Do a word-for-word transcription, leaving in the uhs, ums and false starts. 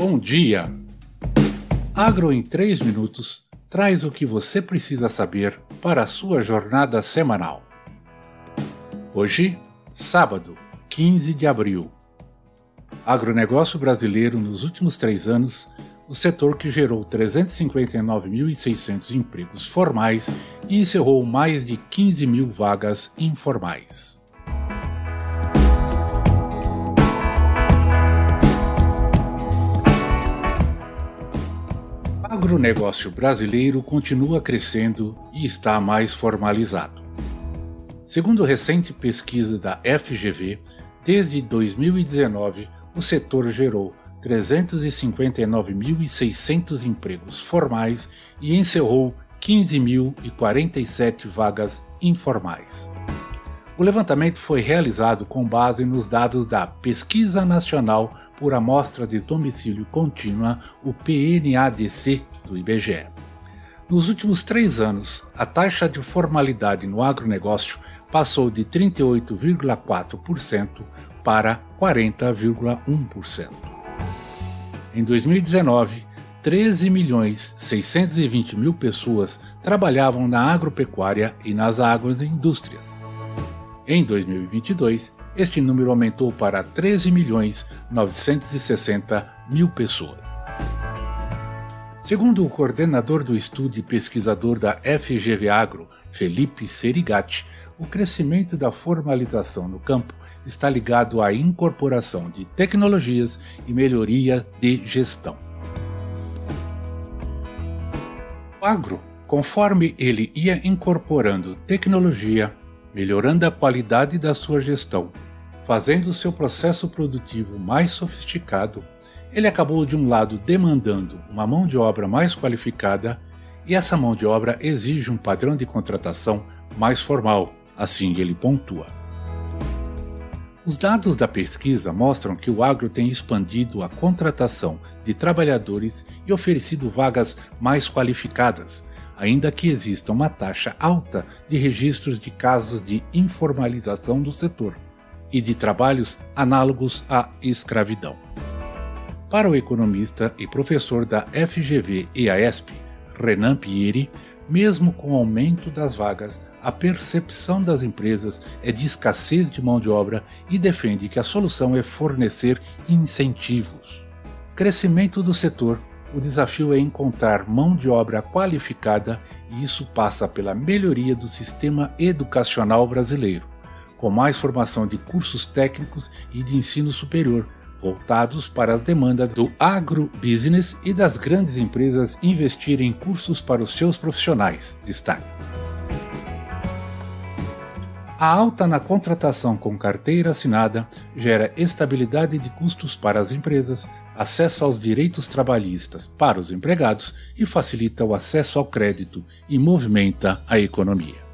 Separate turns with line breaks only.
Bom dia! Agro em três minutos traz o que você precisa saber para a sua jornada semanal. Hoje, sábado, quinze de abril. Agronegócio brasileiro nos últimos três anos, o setor que gerou trezentos e cinquenta e nove mil e seiscentos empregos formais e encerrou mais de quinze mil vagas informais. O agronegócio brasileiro continua crescendo e está mais formalizado. Segundo recente pesquisa da F G V, desde dois mil e dezenove, o setor gerou trezentos e cinquenta e nove mil e seiscentos empregos formais e encerrou quinze mil e quarenta e sete vagas informais. O levantamento foi realizado com base nos dados da Pesquisa Nacional por Amostra de Domicílio Contínua, o P N A D C, do I B G E. Nos últimos três anos, a taxa de formalidade no agronegócio passou de trinta e oito vírgula quatro por cento para quarenta vírgula um por cento. Em dois mil e dezenove, treze milhões seiscentos e vinte mil pessoas trabalhavam na agropecuária e nas agroindústrias. Em dois mil e vinte e dois, este número aumentou para treze milhões novecentos e sessenta mil pessoas. Segundo o coordenador do estudo e pesquisador da F G V Agro, Felipe Serigati, o crescimento da formalização no campo está ligado à incorporação de tecnologias e melhoria de gestão. O agro, conforme ele ia incorporando tecnologia, melhorando a qualidade da sua gestão, fazendo o seu processo produtivo mais sofisticado, ele acabou de um lado demandando uma mão de obra mais qualificada e essa mão de obra exige um padrão de contratação mais formal, assim ele pontua. Os dados da pesquisa mostram que o agro tem expandido a contratação de trabalhadores e oferecido vagas mais qualificadas, ainda que exista uma taxa alta de registros de casos de informalização do setor e de trabalhos análogos à escravidão. Para o economista e professor da F G V e A E S P, Renan Pieri, mesmo com o aumento das vagas, a percepção das empresas é de escassez de mão de obra e defende que a solução é fornecer incentivos. Crescimento do setor. O desafio é encontrar mão de obra qualificada e isso passa pela melhoria do sistema educacional brasileiro, com mais formação de cursos técnicos e de ensino superior, voltados para as demandas do agrobusiness e das grandes empresas investirem em cursos para os seus profissionais, destaca. A alta na contratação com carteira assinada gera estabilidade de custos para as empresas, acesso aos direitos trabalhistas para os empregados e facilita o acesso ao crédito e movimenta a economia.